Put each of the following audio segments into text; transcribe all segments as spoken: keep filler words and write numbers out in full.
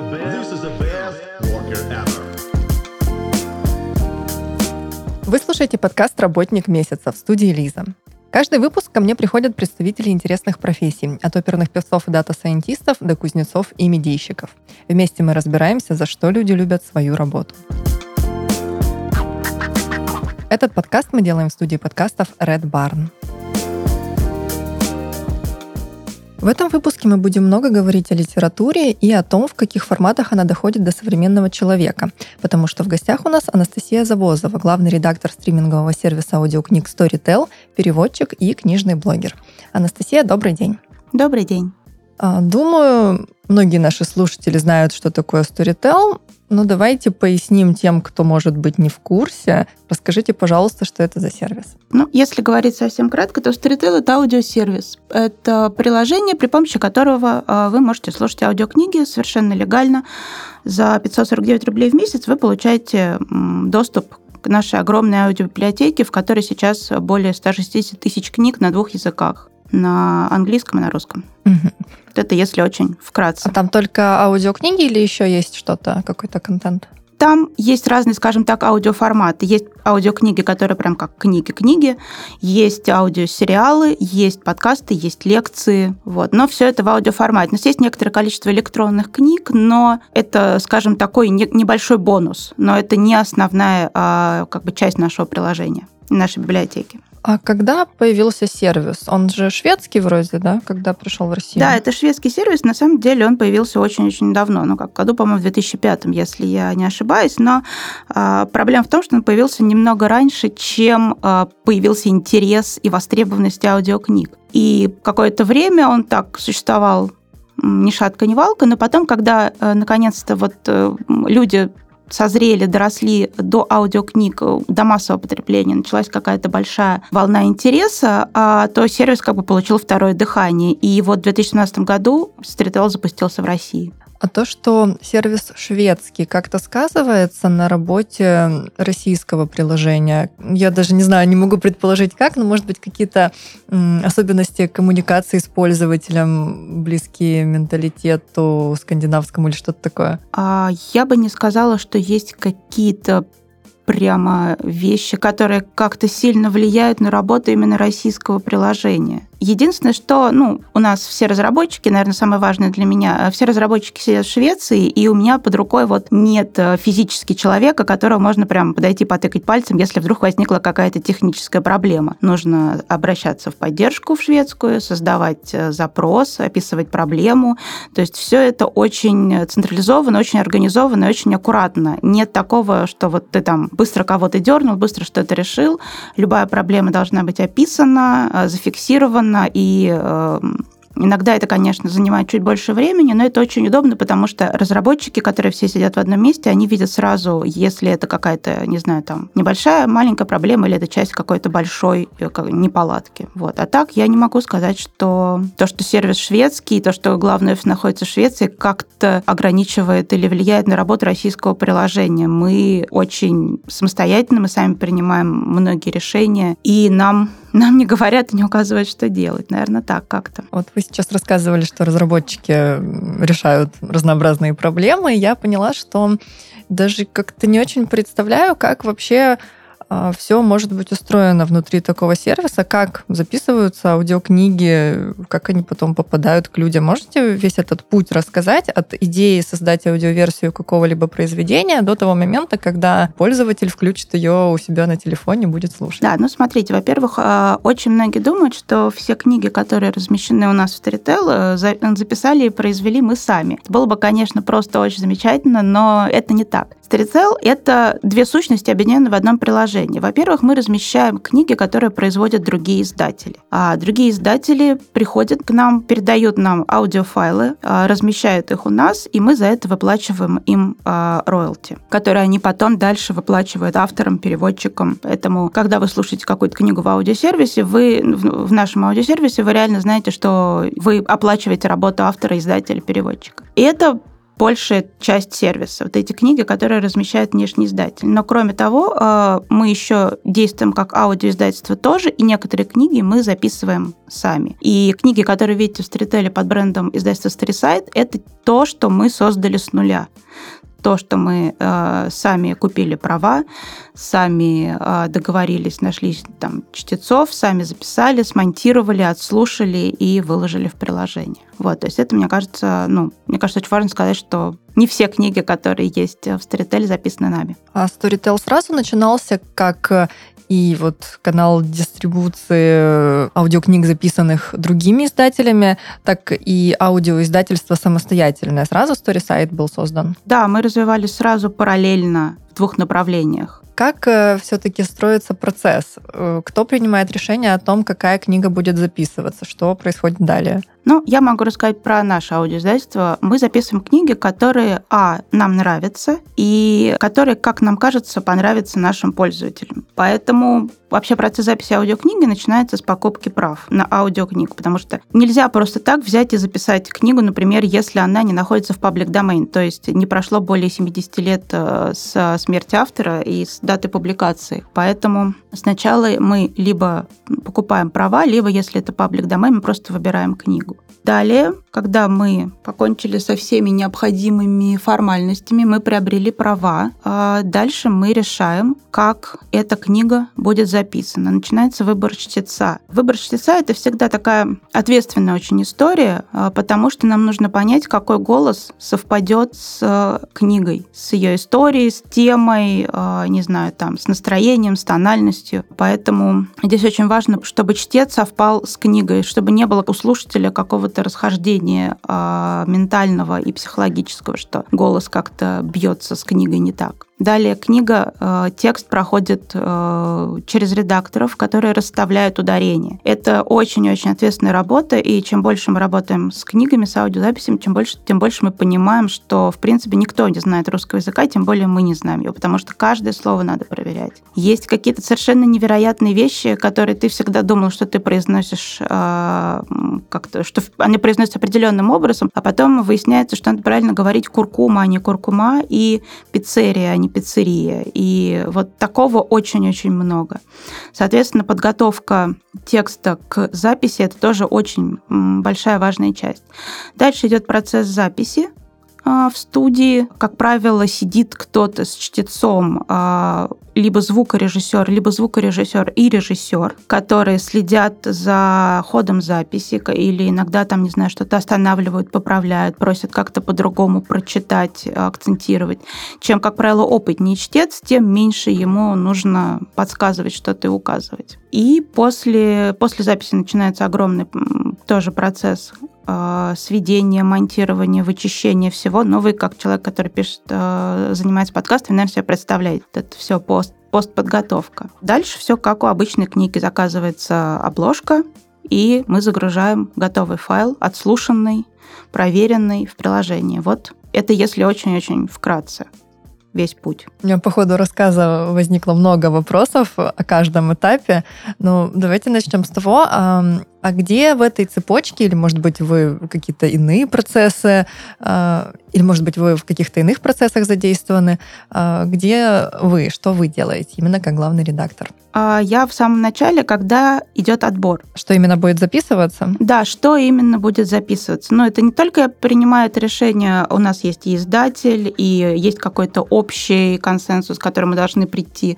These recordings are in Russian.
This is the best worker ever. Вы слушаете подкаст «Работник месяца» в студии Лиза. Каждый выпуск ко мне приходят представители интересных профессий, от оперных певцов и дата-сайентистов до кузнецов и медийщиков. Вместе мы разбираемся, за что люди любят свою работу. Этот подкаст мы делаем в студии подкастов Red Barn. В этом выпуске мы будем много говорить о литературе и о том, в каких форматах она доходит до современного человека, потому что в гостях у нас Анастасия Завозова, главный редактор стримингового сервиса аудиокниг Storytel, переводчик и книжный блогер. Анастасия, добрый день. Добрый день. Думаю, многие наши слушатели знают, что такое Storytel, но давайте поясним тем, кто, может быть, не в курсе. Расскажите, пожалуйста, что это за сервис. Ну, если говорить совсем кратко, то Storytel — это аудиосервис. Это приложение, при помощи которого вы можете слушать аудиокниги совершенно легально. За пятьсот сорок девять рублей в месяц вы получаете доступ к нашей огромной аудиобиблиотеке, в которой сейчас более ста шестидесяти тысяч книг на двух языках. На английском и на русском. Угу. Это если очень вкратце. А там только аудиокниги или еще есть что-то, какой-то контент? Там есть разные, скажем так, аудиоформаты. Есть аудиокниги, которые прям как книги-книги, есть аудиосериалы, есть подкасты, есть лекции. Вот. Но все это в аудиоформате. У нас есть некоторое количество электронных книг, но это, скажем, такой небольшой бонус. Но это не основная а, как бы часть нашего приложения, нашей библиотеки. А когда появился сервис? Он же шведский вроде, да, когда пришел в Россию? Да, это шведский сервис. На самом деле он появился очень-очень давно. Ну, как году, по-моему, в две тысячи пятом, если я не ошибаюсь. Но а, проблема в том, что он появился немного раньше, чем а, появился интерес и востребованность аудиокниг. И какое-то время он так существовал ни шатка, ни валка, но потом, когда а, наконец-то вот а, люди созрели, доросли до аудиокниг, до массового потребления, началась какая-то большая волна интереса, то сервис как бы получил второе дыхание. И вот в две тысячи семнадцатом году Storytel запустился в России. А то, что сервис шведский, как-то сказывается на работе российского приложения? Я даже не знаю, не могу предположить, как, но, может быть, какие-то особенности коммуникации с пользователем, близкие менталитету скандинавскому или что-то такое? Я бы не сказала, что есть какие-то прямо вещи, которые как-то сильно влияют на работу именно российского приложения. Единственное, что ну, у нас все разработчики, наверное, самое важное для меня, все разработчики сидят в Швеции, и у меня под рукой вот нет физически человека, которого можно прямо подойти, потыкать пальцем, если вдруг возникла какая-то техническая проблема. Нужно обращаться в поддержку в шведскую, создавать запрос, описывать проблему. То есть все это очень централизовано, очень организовано и очень аккуратно. Нет такого, что вот ты там быстро кого-то дернул, быстро что-то решил. Любая проблема должна быть описана, зафиксирована, и э, иногда это, конечно, занимает чуть больше времени, но это очень удобно, потому что разработчики, которые все сидят в одном месте, они видят сразу, если это какая-то, не знаю, там, небольшая, маленькая проблема или это часть какой-то большой неполадки. Вот. А так я не могу сказать, что то, что сервис шведский, то, что главный офис находится в Швеции, как-то ограничивает или влияет на работу российского приложения. Мы очень самостоятельно, мы сами принимаем многие решения, и нам Нам не говорят и не указывают, что делать. Наверное, так как-то. Вот вы сейчас рассказывали, что разработчики решают разнообразные проблемы. Я поняла, что даже как-то не очень представляю, как вообще все может быть устроено внутри такого сервиса, как записываются аудиокниги, как они потом попадают к людям. Можете весь этот путь рассказать от идеи создать аудиоверсию какого-либо произведения до того момента, когда пользователь включит ее у себя на телефоне и будет слушать? Да, ну смотрите, во-первых, очень многие думают, что все книги, которые размещены у нас в Storytel, записали и произвели мы сами. Это было бы, конечно, просто очень замечательно, но это не так. Storytel — это две сущности, объединенные в одном приложении. Во-первых, мы размещаем книги, которые производят другие издатели. А другие издатели приходят к нам, передают нам аудиофайлы, размещают их у нас, и мы за это выплачиваем им роялти, которые они потом дальше выплачивают авторам, переводчикам. Поэтому, когда вы слушаете какую-то книгу в аудиосервисе, вы в нашем аудиосервисе вы реально знаете, что вы оплачиваете работу автора, издателя, переводчика. И это большая часть сервиса. Вот эти книги, которые размещает внешний издатель. Но кроме того, мы еще действуем как аудиоиздательство тоже, и некоторые книги мы записываем сами. И книги, которые видите в Storytel под брендом издательства Storyside, это то, что мы создали с нуля. То, что мы э, сами купили права, сами э, договорились, нашли там чтецов, сами записали, смонтировали, отслушали и выложили в приложение. Вот, то есть это, мне кажется, ну, мне кажется, очень важно сказать, что не все книги, которые есть в Storytel, записаны нами. А Storytel сразу начинался как и вот канал дистрибуции аудиокниг, записанных другими издателями, так и аудиоиздательство самостоятельное. Сразу Storyside был создан? Да, мы развивались сразу параллельно в двух направлениях. Как э, все-таки строится процесс? Кто принимает решение о том, какая книга будет записываться? Что происходит далее? Ну, я могу рассказать про наше аудиоиздательство. Мы записываем книги, которые, а, нам нравятся, и которые, как нам кажется, понравятся нашим пользователям. Поэтому вообще процесс записи аудиокниги начинается с покупки прав на аудиокнигу, потому что нельзя просто так взять и записать книгу, например, если она не находится в public domain, то есть не прошло более семьдесят лет со смерти автора и с даты публикации. Поэтому сначала мы либо покупаем права, либо, если это public domain, мы просто выбираем книгу. Далее, когда мы покончили со всеми необходимыми формальностями, мы приобрели права. А дальше мы решаем, как эта книга будет записана. Начинается выбор чтеца. Выбор чтеца — это всегда такая ответственная очень история, потому что нам нужно понять, какой голос совпадет с книгой, с ее историей, с темой, не знаю, там, с настроением, с тональностью. Поэтому здесь очень важно, чтобы чтец совпал с книгой, чтобы не было у слушателя какого-то расхождения э, ментального и психологического, что голос как-то бьется с книгой не так. Далее книга, э, текст проходит э, через редакторов, которые расставляют ударения. Это очень-очень ответственная работа, и чем больше мы работаем с книгами, с аудиозаписями, тем больше, тем больше мы понимаем, что, в принципе, никто не знает русского языка, тем более мы не знаем его, потому что каждое слово надо проверять. Есть какие-то совершенно невероятные вещи, которые ты всегда думал, что ты произносишь э, как-то, что они произносятся определенным образом, а потом выясняется, что надо правильно говорить куркума, а не куркума, и пиццерия, а не пиццерия. И вот такого очень-очень много. Соответственно, подготовка текста к записи — это тоже очень большая важная часть. Дальше идет процесс записи. В студии, как правило, сидит кто-то с чтецом, либо звукорежиссер, либо звукорежиссер и режиссер, которые следят за ходом записи, или иногда там, не знаю, что-то останавливают, поправляют, просят как-то по-другому прочитать, акцентировать. Чем, как правило, опытнее чтец, тем меньше ему нужно подсказывать что-то и указывать. И после, после записи начинается огромный тоже процесс сведения, монтирования, вычищения всего. Но вы, как человек, который пишет, занимается подкастами, наверное, себе представляете. Это все пост, постподготовка. Дальше все как у обычной книги. Заказывается обложка, и мы загружаем готовый файл, отслушанный, проверенный в приложение. Вот это если очень-очень вкратце весь путь. У меня по ходу рассказа возникло много вопросов о каждом этапе. Ну, давайте начнем с того, а где в этой цепочке, или, может быть, вы какие-то иные процессы, или, может быть, вы в каких-то иных процессах задействованы, где вы, что вы делаете именно как главный редактор? Я в самом начале, когда идет отбор. Что именно будет записываться? Да, что именно будет записываться. Но это не только принимает решение, у нас есть и издатель, и есть какой-то общий консенсус, к которому мы должны прийти.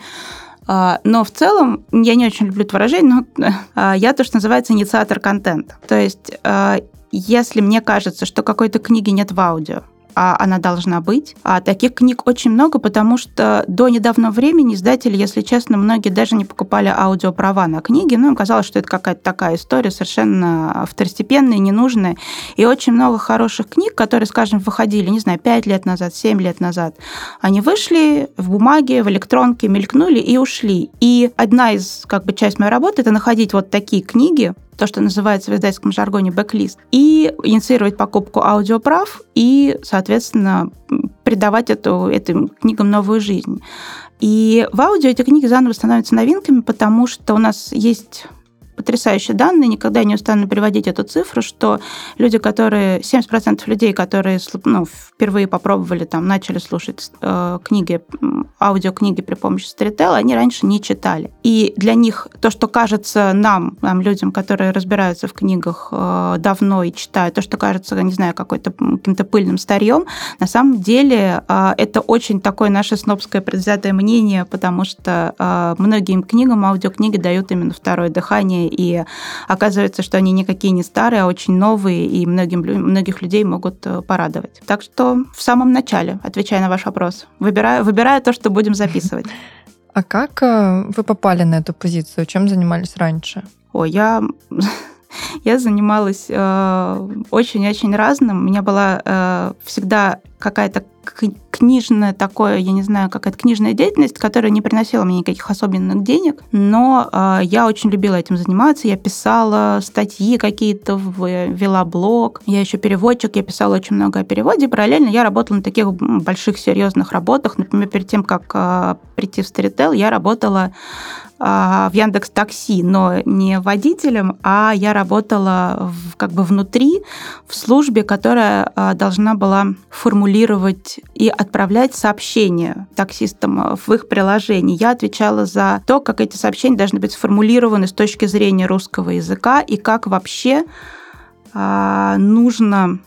Но в целом, я не очень люблю это выражение, но я то, что называется инициатор контента. То есть, если мне кажется, что какой-то книги нет в аудио, а она должна быть. А таких книг очень много, потому что до недавнего времени издатели, если честно, многие даже не покупали аудиоправа на книги. Ну, им казалось, что это какая-то такая история совершенно второстепенная, ненужная. И очень много хороших книг, которые, скажем, выходили, не знаю, пять лет назад, семь лет назад, они вышли в бумаге, в электронке, мелькнули и ушли. И одна из, как бы, часть моей работы — это находить вот такие книги, то, что называется в издательском жаргоне бэклист, и инициировать покупку аудиоправ и, соответственно, придавать эту, этим книгам новую жизнь. И в аудио эти книги заново становятся новинками, потому что у нас есть потрясающие данные, никогда не устану приводить эту цифру, что люди, которые, семьдесят процентов людей, которые ну, впервые попробовали, там, начали слушать э, книги, аудиокниги при помощи Storytel, они раньше не читали. И для них то, что кажется нам, нам людям, которые разбираются в книгах э, давно и читают, то, что кажется, не знаю, какой-то, каким-то пыльным старьем, на самом деле э, это очень такое наше снобское предвзятое мнение, потому что э, многим книгам аудиокниги дают именно второе дыхание, и оказывается, что они никакие не старые, а очень новые, и многим, многих людей могут порадовать. Так что в самом начале, отвечая на ваш вопрос, выбираю, выбираю то, что будем записывать. А как вы попали на эту позицию? Чем занимались раньше? О, я... Я занималась э, очень-очень разным. У меня была э, всегда какая-то книжная такое, я не знаю, какая-то книжная деятельность, которая не приносила мне никаких особенных денег, но э, я очень любила этим заниматься. Я писала статьи какие-то, вела блог. Я еще переводчик, я писала очень много о переводе. Параллельно я работала на таких больших серьезных работах. Например, перед тем, как э, прийти в Storytel, я работала в Яндекс.Такси, но не водителем, а я работала в, как бы внутри, в службе, которая должна была формулировать и отправлять сообщения таксистам в их приложении. Я отвечала за то, как эти сообщения должны быть сформулированы с точки зрения русского языка и как вообще нужно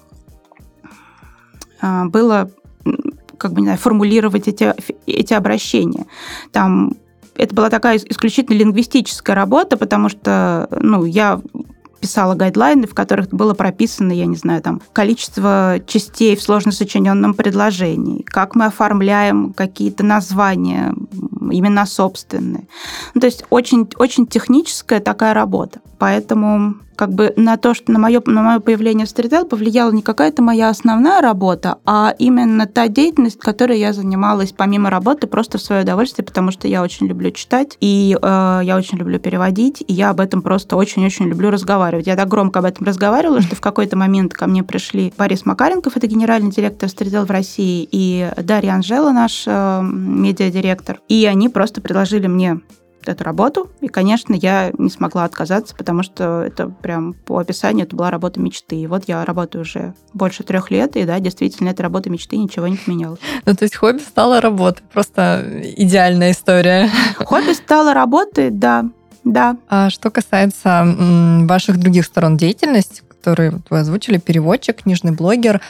было, как бы, не знаю, формулировать эти, эти обращения. Там это была такая исключительно лингвистическая работа, потому что, ну, я писала гайдлайны, в которых было прописано, я не знаю, там, количество частей в сложно сочиненном предложении, как мы оформляем какие-то названия, имена собственные. Ну, то есть очень, очень техническая такая работа. Поэтому как бы на то, что на мое, на мое появление в Storytel повлияла не какая-то моя основная работа, а именно та деятельность, которой я занималась помимо работы просто в свое удовольствие, потому что я очень люблю читать, и э, я очень люблю переводить, и я об этом просто очень-очень люблю разговаривать. Я так громко об этом разговаривала, что в какой-то момент ко мне пришли Борис Макаренков, это генеральный директор Storytel в России, и Дарья Анжела, наш э, медиадиректор, и они просто предложили мне эту работу, и, конечно, я не смогла отказаться, потому что это прям по описанию это была работа мечты. И вот я работаю уже больше трех лет, и да, действительно, эта работа мечты, ничего не поменялось. Ну, то есть хобби стало работой, просто идеальная история. Хобби стало работой, да, да. А что касается м, ваших других сторон деятельности, которые вы озвучили, переводчик, книжный блогер,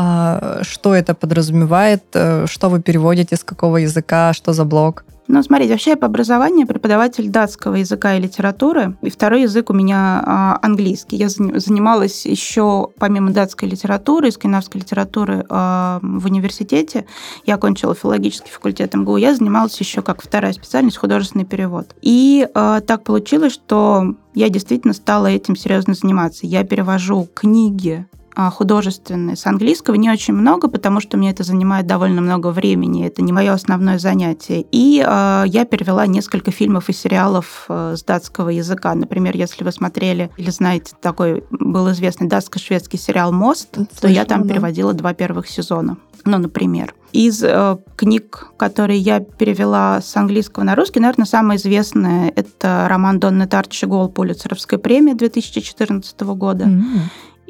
а что это подразумевает, что вы переводите, с какого языка, что за блог? Ну, смотрите, вообще я по образованию преподаватель датского языка и литературы, и второй язык у меня а, английский. Я занималась еще, помимо датской литературы и скандинавской литературы а, в университете, я окончила филологический факультет эм гэ у, я занималась еще как вторая специальность художественный перевод. И а, так получилось, что я действительно стала этим серьезно заниматься. Я перевожу книги художественные с английского, не очень много, потому что мне это занимает довольно много времени, это не мое основное занятие. И э, я перевела несколько фильмов и сериалов э, с датского языка. Например, если вы смотрели или знаете, такой был известный датско-шведский сериал «Мост», Слышно, то я там да. переводила два первых сезона. Ну, например. Из э, книг, которые я перевела с английского на русский, наверное, самое известное — это роман Донны Тарчи «Гол», Пулитцеровская премия две тысячи четырнадцатого года. Mm-hmm.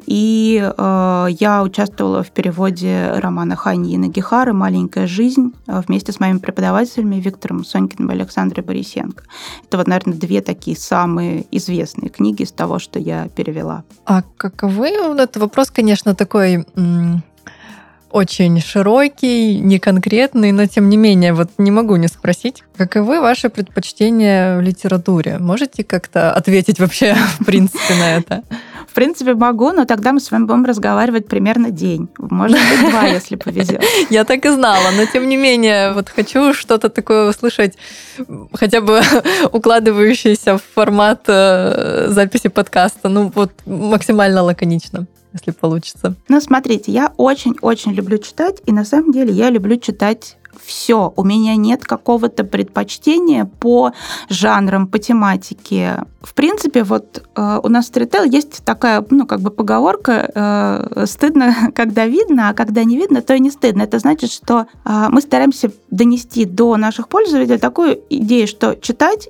И э, я участвовала в переводе романа Хани Нагихары «Маленькая жизнь» вместе с моими преподавателями Виктором Сонькиным и Александрой Борисенко. Это вот, наверное, две такие самые известные книги из того, что я перевела. А каковы... Это вопрос, конечно, такой... М- очень широкий, неконкретный, но тем не менее, вот не могу не спросить, каковы ваши предпочтения в литературе? Можете как-то ответить вообще, в принципе, на это? В принципе, могу, но тогда мы с вами будем разговаривать примерно день. Может быть, два, если повезет. Я так и знала, но тем не менее, вот хочу что-то такое услышать, хотя бы укладывающееся в формат записи подкаста, ну вот максимально лаконично, если получится. Ну, смотрите, я очень-очень люблю читать, и на самом деле я люблю читать все. У меня нет какого-то предпочтения по жанрам, по тематике. В принципе, вот э, у нас в Storytel есть такая, ну, как бы поговорка э, «стыдно, когда видно, а когда не видно, то и не стыдно». Это значит, что э, мы стараемся донести до наших пользователей такую идею, что читать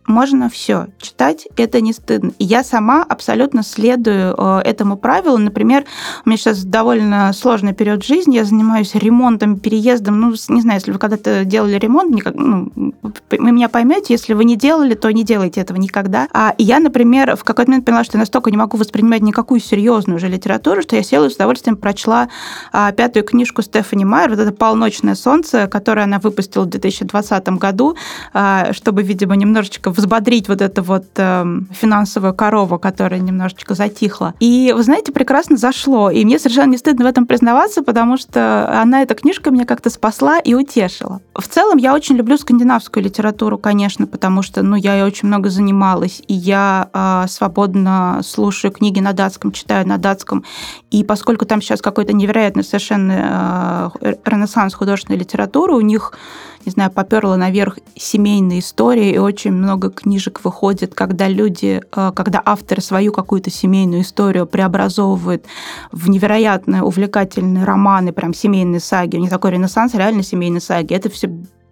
можно все читать, это не стыдно. И я сама абсолютно следую э, этому правилу. Например, у меня сейчас довольно сложный период жизни, я занимаюсь ремонтом, переездом. Ну, не знаю, если вы когда-то делали ремонт, никак, ну, вы меня поймете, если вы не делали, то не делайте этого никогда. А, и я, например, в какой-то момент поняла, что я настолько не могу воспринимать никакую серьезную уже литературу, что я села и с удовольствием прочла а, пятую книжку Стефани Майер, вот это «Полночное солнце», которую она выпустила в две тысячи двадцатом году, а, чтобы, видимо, немножечко взбодрить вот эту вот а, финансовую корову, которая немножечко затихла. И, вы знаете, прекрасно зашло. И мне совершенно не стыдно в этом признаваться, потому что она, эта книжка, меня как-то спасла и утешила. В целом, я очень люблю скандинавскую литературу, конечно, потому что, ну, я ей очень много занималась, и я а, свободно слушаю книги на датском, читаю на датском. И поскольку там сейчас какой-то невероятный совершенно а, ренессанс художественной литературы, у них, не знаю, попёрло наверх семейные истории, и очень много книжек выходит, когда люди, когда авторы свою какую-то семейную историю преобразовывают в невероятно увлекательные романы, прям семейные саги. У них такой ренессанс, реально семейные саги. Это все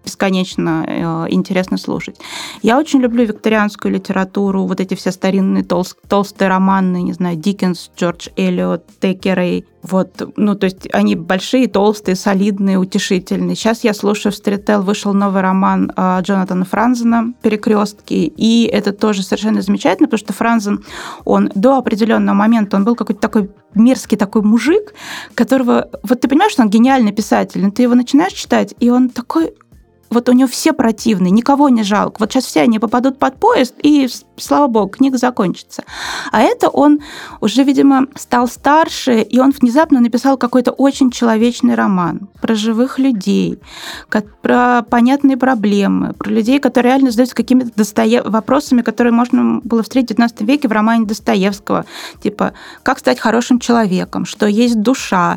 бесконечно интересно слушать. Я очень люблю викторианскую литературу, вот эти все старинные тол- толстые романы, не знаю, Диккенс, Джордж Эллиот, Текерей. Вот, ну, то есть они большие, толстые, солидные, утешительные. Сейчас я слушаю в Storytel, вышел новый роман Джонатана Франзена «Перекрестки», и это тоже совершенно замечательно, потому что Франзен, он до определенного момента, он был какой-то такой мерзкий такой мужик, которого... Вот ты понимаешь, что он гениальный писатель, но ты его начинаешь читать, и он такой... Вот у него все противные, никого не жалко. Вот сейчас все они попадут под поезд, и, слава богу, книга закончится. А это он уже, видимо, стал старше, и он внезапно написал какой-то очень человечный роман про живых людей, про понятные проблемы, про людей, которые реально задаются какими-то Достое... вопросами, которые можно было встретить в девятнадцатом веке в романе Достоевского. Типа, как стать хорошим человеком, что есть душа.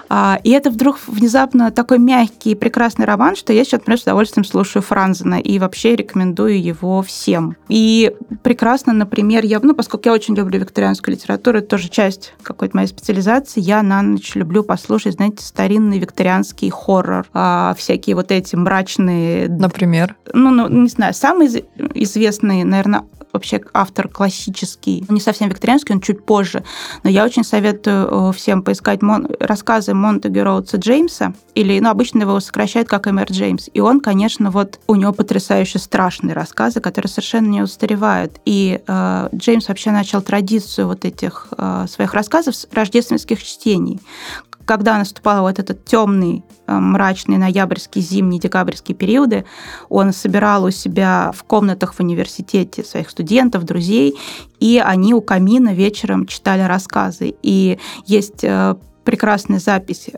И это вдруг внезапно такой мягкий и прекрасный роман, что я сейчас, например, с удовольствием слушаю Франзена и вообще рекомендую его всем. И прекрасно, например, я, ну, поскольку я очень люблю викторианскую литературу, это тоже часть какой-то моей специализации, я на ночь люблю послушать, знаете, старинный викторианский хоррор, а, всякие вот эти мрачные... Например? Ну, ну не знаю, самый известный, наверное, вообще автор классический, не совсем викторианский, он чуть позже, но я очень советую всем поискать мон... рассказы Монтегю Роудса Джеймса, или, ну, обычно его сокращают как эм эр Джеймс, и он, конечно, вот у него потрясающе страшные рассказы, которые совершенно не устаревают, и э, Джеймс вообще начал традицию вот этих э, своих рассказов с рождественских чтений. Когда наступал вот этот темный, мрачный ноябрьский, зимний, декабрьский периоды, он собирал у себя в комнатах в университете своих студентов, друзей, и они у камина вечером читали рассказы. И есть прекрасная запись,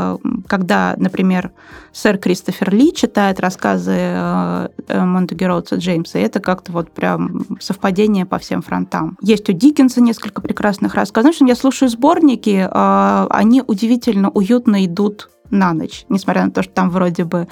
когда, например, сэр Кристофер Ли читает рассказы Монтегю Роудса Джеймса, и это как-то вот прям совпадение по всем фронтам. Есть у Диккенса несколько прекрасных рассказов. В общем, я слушаю сборники, они удивительно уютно идут на ночь, несмотря на то, что там вроде бы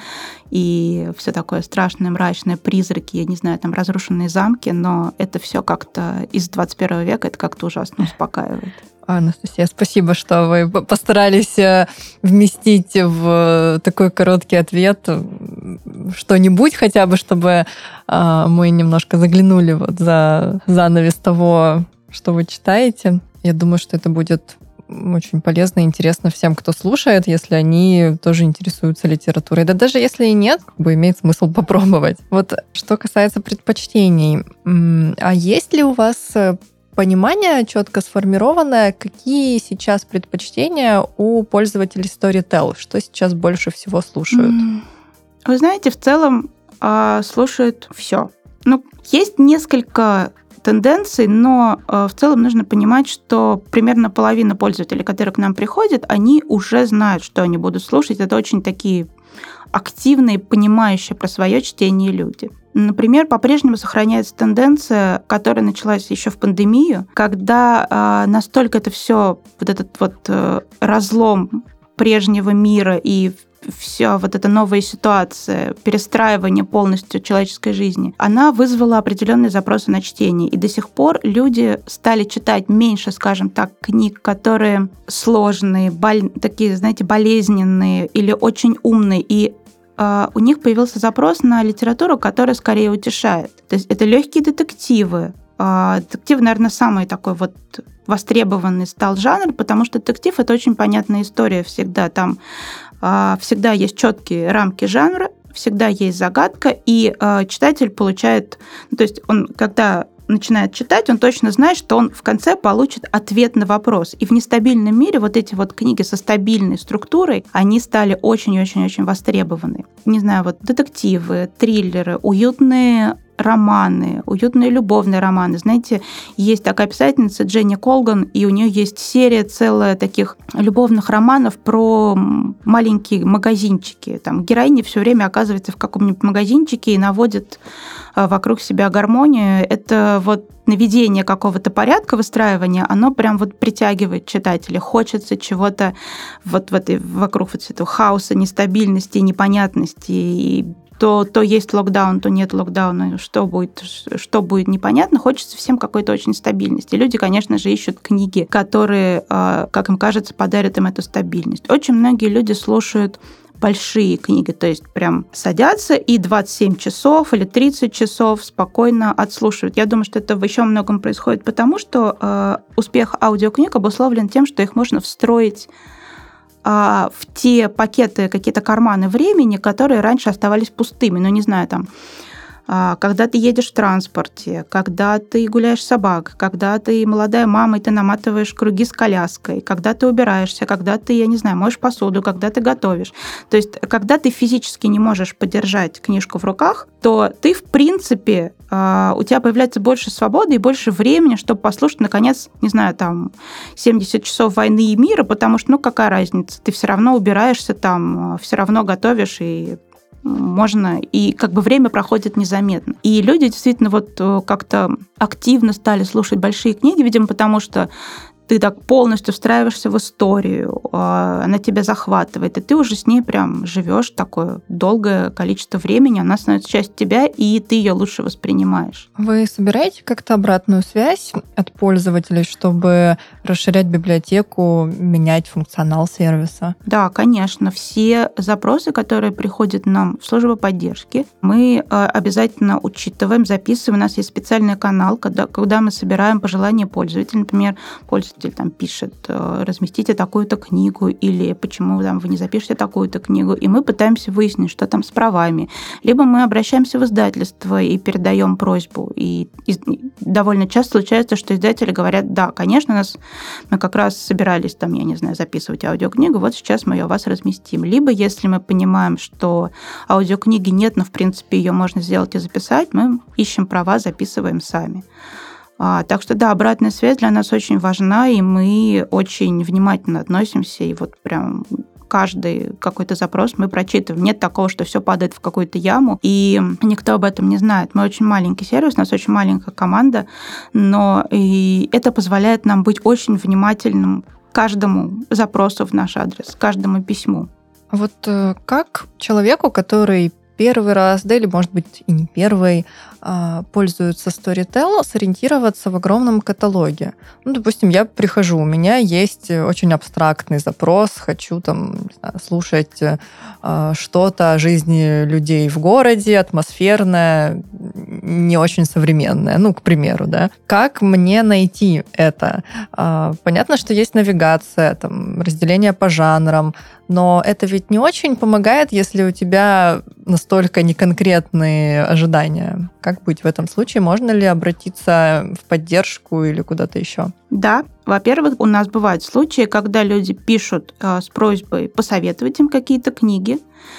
и все такое страшное, мрачное, призраки, я не знаю, там разрушенные замки, но это все как-то из двадцать первого века, это как-то ужасно успокаивает. Анастасия, спасибо, что вы постарались вместить в такой короткий ответ что-нибудь хотя бы, чтобы мы немножко заглянули вот за занавес того, что вы читаете. Я думаю, что это будет очень полезно и интересно всем, кто слушает, если они тоже интересуются литературой. Да даже если и нет, как бы имеет смысл попробовать. Вот что касается предпочтений, а есть ли у вас понимание четко сформированное, какие сейчас предпочтения у пользователей Storytel? Что сейчас больше всего слушают? Вы знаете, в целом слушают все. Ну, есть несколько тенденций, но в целом нужно понимать, что примерно половина пользователей, которые к нам приходят, они уже знают, что они будут слушать. Это очень такие активные, понимающие про свое чтение люди. Например, по-прежнему сохраняется тенденция, которая началась еще в пандемию, когда э, настолько это все, вот этот вот э, разлом прежнего мира и вся вот эта новая ситуация, перестраивание полностью человеческой жизни, она вызвала определенные запросы на чтение. И до сих пор люди стали читать меньше, скажем так, книг, которые сложные, боль... такие, знаете, болезненные или очень умные. И у них появился запрос на литературу, которая скорее утешает. То есть это легкие детективы. Детектив, наверное, самый такой вот востребованный стал жанр, потому что детектив — это очень понятная история всегда. Там всегда есть четкие рамки жанра, всегда есть загадка, и читатель получает... Ну, то есть он, когда начинает читать, он точно знает, что он в конце получит ответ на вопрос. И в нестабильном мире вот эти вот книги со стабильной структурой, они стали очень-очень-очень востребованы. Не знаю, вот детективы, триллеры, уютные романы, уютные любовные романы. Знаете, есть такая писательница Дженни Колган, и у нее есть серия целая таких любовных романов про маленькие магазинчики. Там героиня все время оказывается в каком-нибудь магазинчике и наводит вокруг себя гармонию. Это вот наведение какого-то порядка, выстраивания, оно прям вот притягивает читателя. Хочется чего-то вот в этой, вокруг вот этого хаоса, нестабильности, непонятности. И то, то есть локдаун, то нет локдауна. Что будет, что будет непонятно. Хочется всем какой-то очень стабильности. Люди, конечно же, ищут книги, которые, как им кажется, подарят им эту стабильность. Очень многие люди слушают большие книги, то есть прям садятся и двадцать семь часов или тридцать часов спокойно отслушивают. Я думаю, что это в еще многом происходит потому, что э, успех аудиокниг обусловлен тем, что их можно встроить э, в те пакеты, какие-то карманы времени, которые раньше оставались пустыми. Ну, не знаю, там, когда ты едешь в транспорте, когда ты гуляешь с собакой, когда ты молодая мама, и ты наматываешь круги с коляской, когда ты убираешься, когда ты, я не знаю, моешь посуду, когда ты готовишь. То есть, когда ты физически не можешь подержать книжку в руках, то ты, в принципе, у тебя появляется больше свободы и больше времени, чтобы послушать, наконец, не знаю, там, семьдесят часов «Войны и мира», потому что, ну, какая разница, ты все равно убираешься там, все равно готовишь, и можно, и как бы время проходит незаметно. И люди действительно вот как-то активно стали слушать большие книги, видимо, потому что ты так полностью встраиваешься в историю, она тебя захватывает, и ты уже с ней прям живешь такое долгое количество времени, она становится частью тебя, и ты ее лучше воспринимаешь. Вы собираете как-то обратную связь от пользователей, чтобы расширять библиотеку, менять функционал сервиса? Да, конечно. Все запросы, которые приходят нам в службу поддержки, мы обязательно учитываем, записываем. У нас есть специальный канал, когда, когда мы собираем пожелания пользователя. Например, пользователь там пишет: разместите такую-то книгу, или почему там вы не запишете такую-то книгу, и мы пытаемся выяснить, что там с правами. Либо мы обращаемся в издательство и передаем просьбу. И, и довольно часто случается, что издатели говорят: да, конечно, нас, мы как раз собирались там, я не знаю, записывать аудиокнигу, вот сейчас мы ее у вас разместим. Либо, если мы понимаем, что аудиокниги нет, но в принципе ее можно сделать и записать, мы ищем права, записываем сами. А, так что, да, обратная связь для нас очень важна, и мы очень внимательно относимся, и вот прям каждый какой-то запрос мы прочитываем. Нет такого, что все падает в какую-то яму, и никто об этом не знает. Мы очень маленький сервис, у нас очень маленькая команда, но и это позволяет нам быть очень внимательным к каждому запросу в наш адрес, к каждому письму. Вот как человеку, который первый раз, да или, может быть, и не первый, пользуются Storytel, сориентироваться в огромном каталоге. Ну, допустим, я прихожу, у меня есть очень абстрактный запрос, хочу там, не знаю, слушать что-то о жизни людей в городе, атмосферное, не очень современное, ну, к примеру, да. Как мне найти это? Понятно, что есть навигация, там, разделение по жанрам, но это ведь не очень помогает, если у тебя настолько неконкретные ожидания. Как быть в этом случае? Можно ли обратиться в поддержку или куда-то еще? Да. Во-первых, у нас бывают случаи, когда люди пишут э, с просьбой посоветовать им какие-то книги,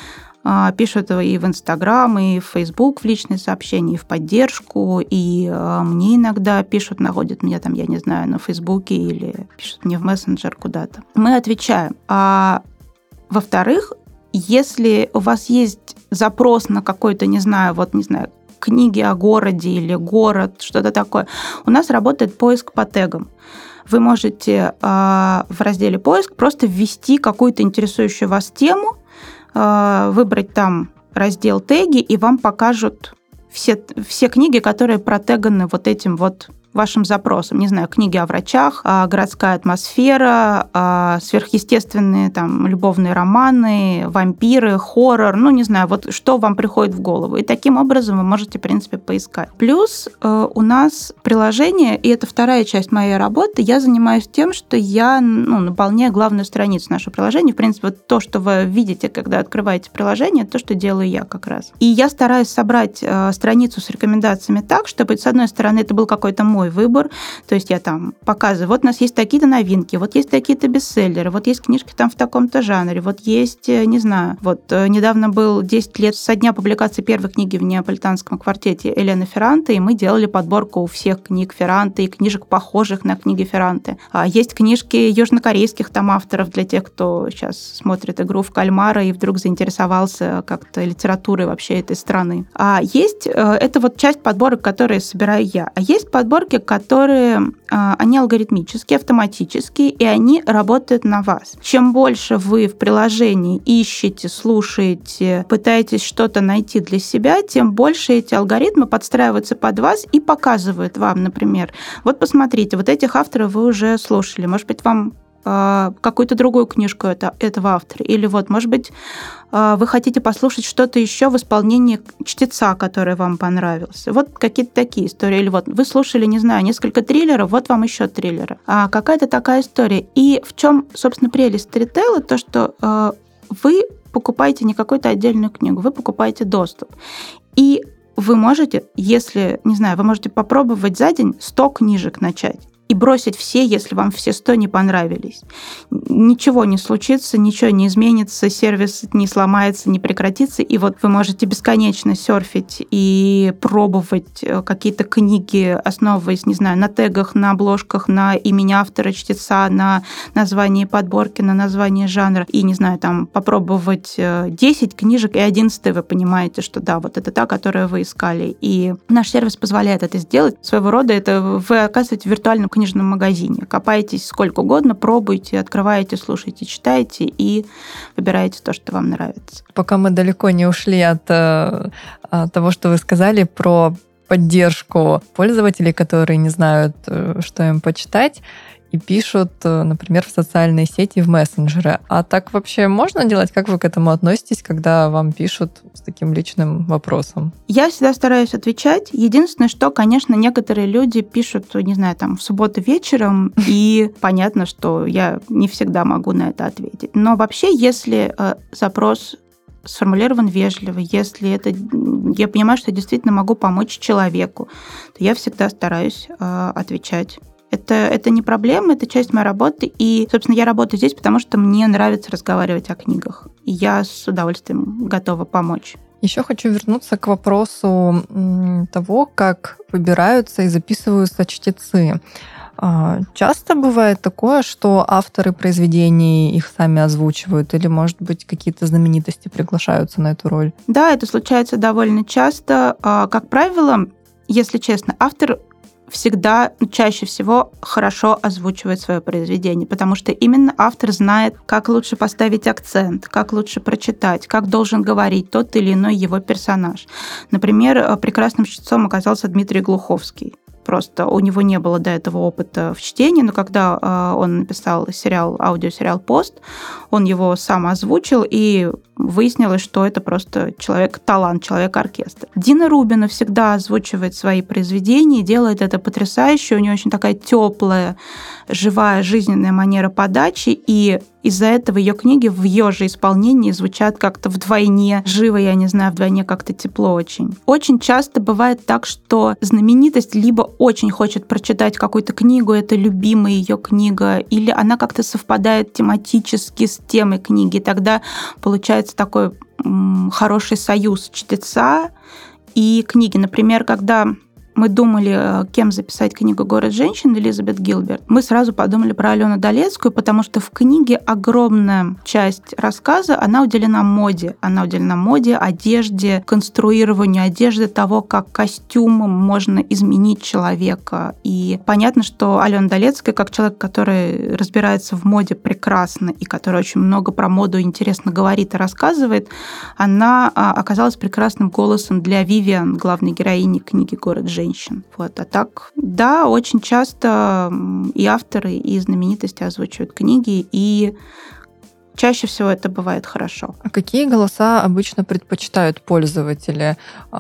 э, пишут и в Инстаграм, и в Фейсбук в личные сообщения, и в поддержку, и э, мне иногда пишут, находят меня там, я не знаю, на Фейсбуке или пишут мне в мессенджер куда-то. Мы отвечаем. А во-вторых, если у вас есть запрос на какой-то, не знаю, вот, не знаю, книги о городе или город, что-то такое, у нас работает поиск по тегам. Вы можете э, в разделе «Поиск» просто ввести какую-то интересующую вас тему, э, выбрать там раздел «Теги», и вам покажут все, все книги, которые протеганы вот этим вот вашим запросам. Не знаю, книги о врачах, городская атмосфера, сверхъестественные там любовные романы, вампиры, хоррор, ну, не знаю, вот что вам приходит в голову. И таким образом вы можете, в принципе, поискать. Плюс у нас приложение, и это вторая часть моей работы, я занимаюсь тем, что я ну, наполняю главную страницу нашего приложения. В принципе, вот то, что вы видите, когда открываете приложение, это то, что делаю я как раз. И я стараюсь собрать страницу с рекомендациями так, чтобы, с одной стороны, это был какой-то мой выбор, то есть я там показываю, вот у нас есть такие-то новинки, вот есть такие-то бестселлеры, вот есть книжки там в таком-то жанре, вот есть, не знаю, вот недавно был десять лет со дня публикации первой книги в неаполитанском квартете Элены Ферранте, и мы делали подборку у всех книг Ферранте и книжек, похожих на книги Ферранте. А есть книжки южнокорейских там авторов для тех, кто сейчас смотрит «Игру в кальмара» и вдруг заинтересовался как-то литературой вообще этой страны. А есть, это вот часть подборок, которые собираю я. А есть подборки, которые, они алгоритмические, автоматические, и они работают на вас. Чем больше вы в приложении ищете, слушаете, пытаетесь что-то найти для себя, тем больше эти алгоритмы подстраиваются под вас и показывают вам, например, вот посмотрите, вот этих авторов вы уже слушали, может быть, вам какую-то другую книжку этого автора. Или вот, может быть, вы хотите послушать что-то еще в исполнении чтеца, который вам понравился. Вот какие-то такие истории. Или вот вы слушали, не знаю, несколько триллеров, вот вам еще триллеры. А какая-то такая история. И в чем, собственно, прелесть сторителла, то, что вы покупаете не какую-то отдельную книгу, вы покупаете доступ. И вы можете, если, не знаю, вы можете попробовать за день сто книжек начать. И бросить все, если вам все сто не понравились. Ничего не случится, ничего не изменится, сервис не сломается, не прекратится. И вот вы можете бесконечно серфить и пробовать какие-то книги, основываясь, не знаю, на тегах, на обложках, на имени автора, чтеца, на названии подборки, на названии жанра. И, не знаю, там попробовать десять книжек, и одиннадцатый вы понимаете, что да, вот это та, которую вы искали. И наш сервис позволяет это сделать. Своего рода это вы оказываете в виртуальном книжном магазине. Копаетесь сколько угодно, пробуйте, открываете, слушайте, читайте и выбираете то, что вам нравится. Пока мы далеко не ушли от, от того, что вы сказали про поддержку пользователей, которые не знают, что им почитать, и пишут, например, в социальные сети, в мессенджеры. А так вообще можно делать? Как вы к этому относитесь, когда вам пишут с таким личным вопросом? Я всегда стараюсь отвечать. Единственное, что, конечно, некоторые люди пишут, не знаю, там, в субботу вечером, и понятно, что я не всегда могу на это ответить. Но вообще, если запрос сформулирован вежливо, если это, я понимаю, что я действительно могу помочь человеку, то я всегда стараюсь отвечать. Это, это не проблема, это часть моей работы. И, собственно, я работаю здесь, потому что мне нравится разговаривать о книгах. И я с удовольствием готова помочь. Еще хочу вернуться к вопросу того, как выбираются и записываются чтецы. Часто бывает такое, что авторы произведений их сами озвучивают, или, может быть, какие-то знаменитости приглашаются на эту роль? Да, это случается довольно часто. Как правило, если честно, автор всегда, чаще всего хорошо озвучивает свое произведение, потому что именно автор знает, как лучше поставить акцент, как лучше прочитать, как должен говорить тот или иной его персонаж. Например, прекрасным чтецом оказался Дмитрий Глуховский. Просто у него не было до этого опыта в чтении, но когда он написал сериал, аудиосериал «Пост», он его сам озвучил, и выяснилось, что это просто человек-талант, человек-оркестр. Дина Рубина всегда озвучивает свои произведения, делает это потрясающе. У нее очень такая теплая, живая, жизненная манера подачи, и из-за этого ее книги в ее же исполнении звучат как-то вдвойне живо, я не знаю, вдвойне как-то тепло очень. Очень часто бывает так, что знаменитость либо очень хочет прочитать какую-то книгу, это любимая ее книга, или она как-то совпадает тематически с темой книги. Тогда получается такой м, хороший союз чтеца и книги. Например, когда мы думали, кем записать книгу «Город женщин» Элизабет Гилберт, мы сразу подумали про Алену Долецкую, потому что в книге огромная часть рассказа, она уделена моде. Она уделена моде, одежде, конструированию одежды, того, как костюмом можно изменить человека. И понятно, что Алена Долецкая, как человек, который разбирается в моде прекрасно и который очень много про моду интересно говорит и рассказывает, она оказалась прекрасным голосом для Вивиан, главной героини книги «Город женщин». женщин. Вот. А так, да, очень часто и авторы, и знаменитости озвучивают книги, и чаще всего это бывает хорошо. А какие голоса обычно предпочитают пользователи?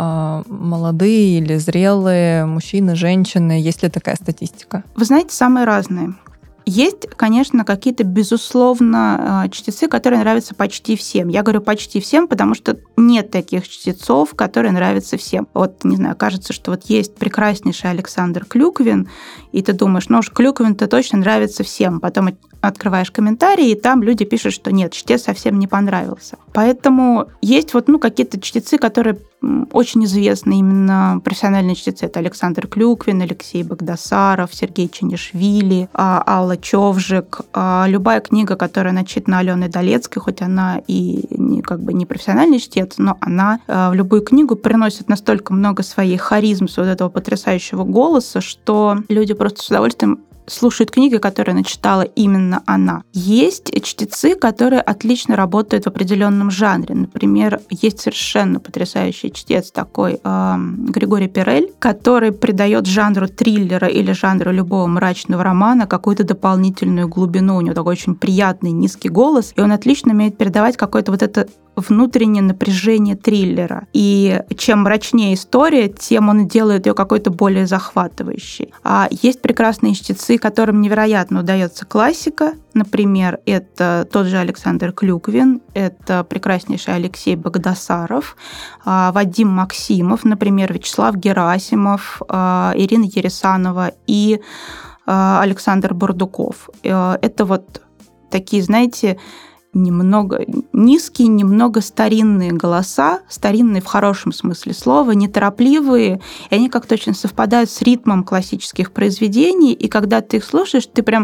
Молодые или зрелые, мужчины, женщины? Есть ли такая статистика? Вы знаете, самые разные. Есть, конечно, какие-то, безусловно, чтецы, которые нравятся почти всем. Я говорю почти всем, потому что нет таких чтецов, которые нравятся всем. Вот, не знаю, кажется, что вот есть прекраснейший Александр Клюквин, и ты думаешь, ну уж Клюквин-то точно нравится всем. Потом открываешь комментарии, и там люди пишут, что нет, чтец совсем не понравился. Поэтому есть вот, ну, какие-то чтецы, которые очень известны, именно профессиональные чтецы. Это Александр Клюквин, Алексей Багдасаров, Сергей Чанишвили, Алла Човжик. Любая книга, которая начитана Аленой Долецкой, хоть она и не, как бы не профессиональный чтец, но она в любую книгу приносит настолько много своей харизмы, вот этого потрясающего голоса, что люди просто с удовольствием слушают книги, которые начитала именно она. Есть чтецы, которые отлично работают в определенном жанре. Например, есть совершенно потрясающий чтец такой э, Григорий Перель, который придает жанру триллера или жанру любого мрачного романа какую-то дополнительную глубину. У него такой очень приятный низкий голос, и он отлично умеет передавать какое-то вот это внутреннее напряжение триллера. И чем мрачнее история, тем он делает ее какой-то более захватывающей. А есть прекрасные чтецы, которым невероятно удается классика. Например, это тот же Александр Клюквин, это прекраснейший Алексей Багдасаров, Вадим Максимов, например, Вячеслав Герасимов, Ирина Ересанова и Александр Бурдуков. Это вот такие, знаете, немного низкие, немного старинные голоса, старинные в хорошем смысле слова, неторопливые, и они как-то очень совпадают с ритмом классических произведений, и когда ты их слушаешь, ты прям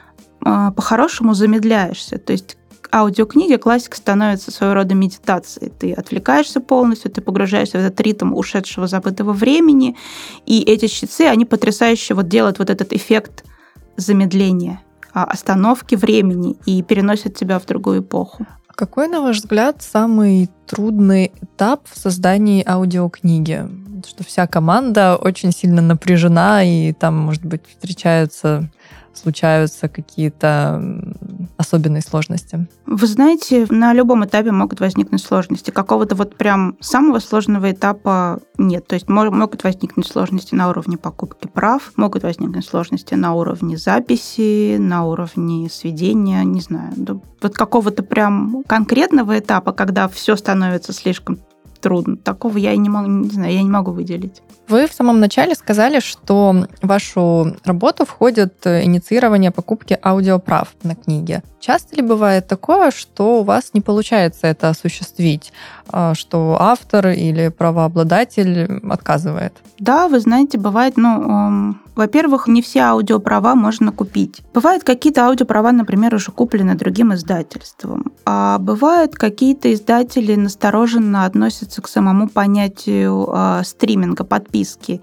э, по-хорошему замедляешься. То есть аудиокниги, классика становится своего рода медитацией. Ты отвлекаешься полностью, ты погружаешься в этот ритм ушедшего, забытого времени, и эти чтецы, они потрясающе вот делают вот этот эффект замедления, остановки времени и переносят тебя в другую эпоху. Какой, на ваш взгляд, самый трудный этап в создании аудиокниги? Что вся команда очень сильно напряжена, и там, может быть, встречаются, случаются какие-то особенные сложности? Вы знаете, на любом этапе могут возникнуть сложности. Какого-то вот прям самого сложного этапа нет. То есть могут возникнуть сложности на уровне покупки прав, могут возникнуть сложности на уровне записи, на уровне сведения, не знаю. Вот какого-то прям конкретного этапа, когда все становится слишком трудно. Такого я и не могу, не знаю, я не могу выделить. Вы в самом начале сказали, что в вашу работу входит инициирование покупки аудиоправ на книги. Часто ли бывает такое, что у вас не получается это осуществить, что автор или правообладатель отказывает? Да, вы знаете, бывает, ну, э, во-первых, не все аудиоправа можно купить. Бывают какие-то аудиоправа, например, уже куплены другим издательством. А бывают какие-то издатели настороженно относятся к самому понятию э, стриминга, подписки,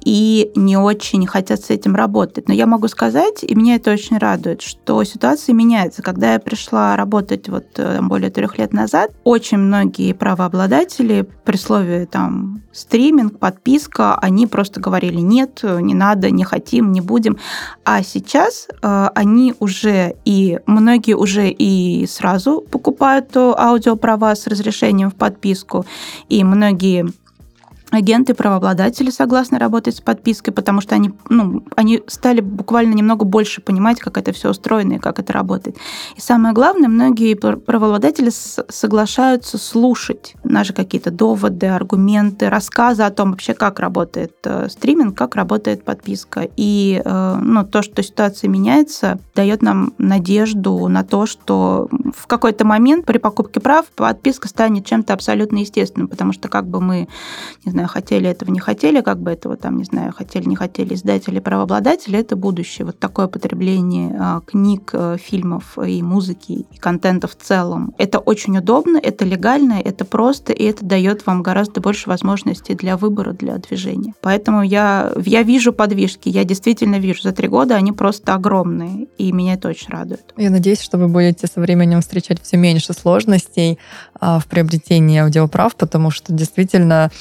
и не очень хотят с этим работать. Но я могу сказать, и меня это очень радует, что ситуация меняется. Когда я пришла работать вот более трех лет назад, очень многие правообладатели при слове там стриминг, подписка, они просто говорили нет, не надо, не хотим, не будем. А сейчас э, они уже и многие уже и сразу покупают аудиоправа с разрешением в подписку, и многие агенты, правообладатели согласны работать с подпиской, потому что они, ну, они стали буквально немного больше понимать, как это все устроено и как это работает. И самое главное, многие правообладатели соглашаются слушать наши какие-то доводы, аргументы, рассказы о том вообще, как работает стриминг, как работает подписка. И ну, то, что ситуация меняется, дает нам надежду на то, что в какой-то момент при покупке прав подписка станет чем-то абсолютно естественным, потому что как бы мы, не знаю, хотели этого, не хотели, как бы этого там, не знаю, хотели, не хотели издатели, правообладатели, это будущее. Вот такое потребление а, книг, а, фильмов и музыки, и контента в целом. Это очень удобно, это легально, это просто, и это дает вам гораздо больше возможностей для выбора, для движения. Поэтому я, я вижу подвижки, я действительно вижу. За три года они просто огромные, и меня это очень радует. Я надеюсь, что вы будете со временем встречать все меньше сложностей а, в приобретении аудиоправ, потому что действительно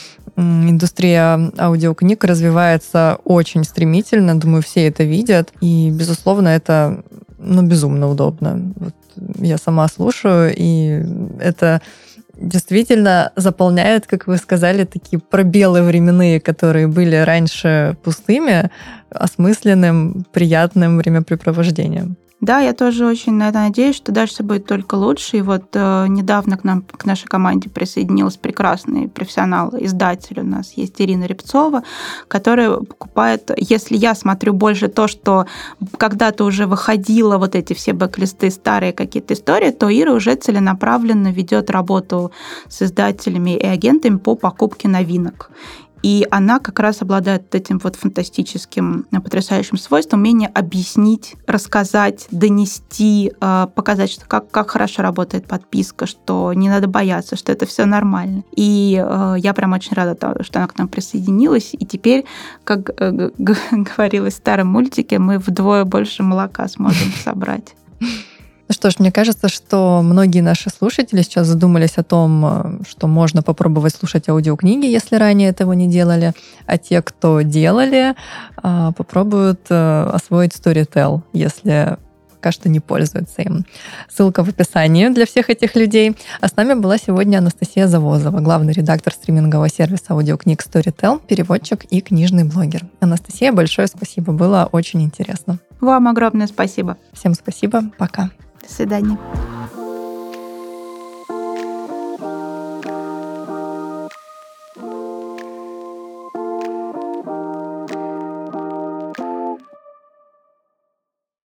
Индустрия аудиокниг развивается очень стремительно, думаю, все это видят, и, безусловно, это, ну, безумно удобно. Вот я сама слушаю, и это действительно заполняет, как вы сказали, такие пробелы временные, которые были раньше пустыми, осмысленным, приятным времяпрепровождением. Да, я тоже очень на это надеюсь, что дальше будет только лучше. И вот э, недавно к нам, к нашей команде присоединилась прекрасный профессионал, издатель у нас есть Ирина Рябцова, которая покупает, если я смотрю больше то, что когда-то уже выходило, вот эти все бэк-листы, старые какие-то истории, то Ира уже целенаправленно ведет работу с издателями и агентами по покупке новинок. И она как раз обладает этим вот фантастическим, потрясающим свойством умение объяснить, рассказать, донести, показать, что как, как хорошо работает подписка, что не надо бояться, что это все нормально. И я прям очень рада, что она к нам присоединилась. И теперь, как говорилось в старом мультике, мы вдвое больше молока сможем собрать. Ну что ж, мне кажется, что многие наши слушатели сейчас задумались о том, что можно попробовать слушать аудиокниги, если ранее этого не делали, а те, кто делали, попробуют освоить Storytel, если пока что не пользуются им. Ссылка в описании для всех этих людей. А с нами была сегодня Анастасия Завозова, главный редактор стримингового сервиса аудиокниг Storytel, переводчик и книжный блогер. Анастасия, большое спасибо, было очень интересно. Вам огромное спасибо. Всем спасибо, пока. До свидания.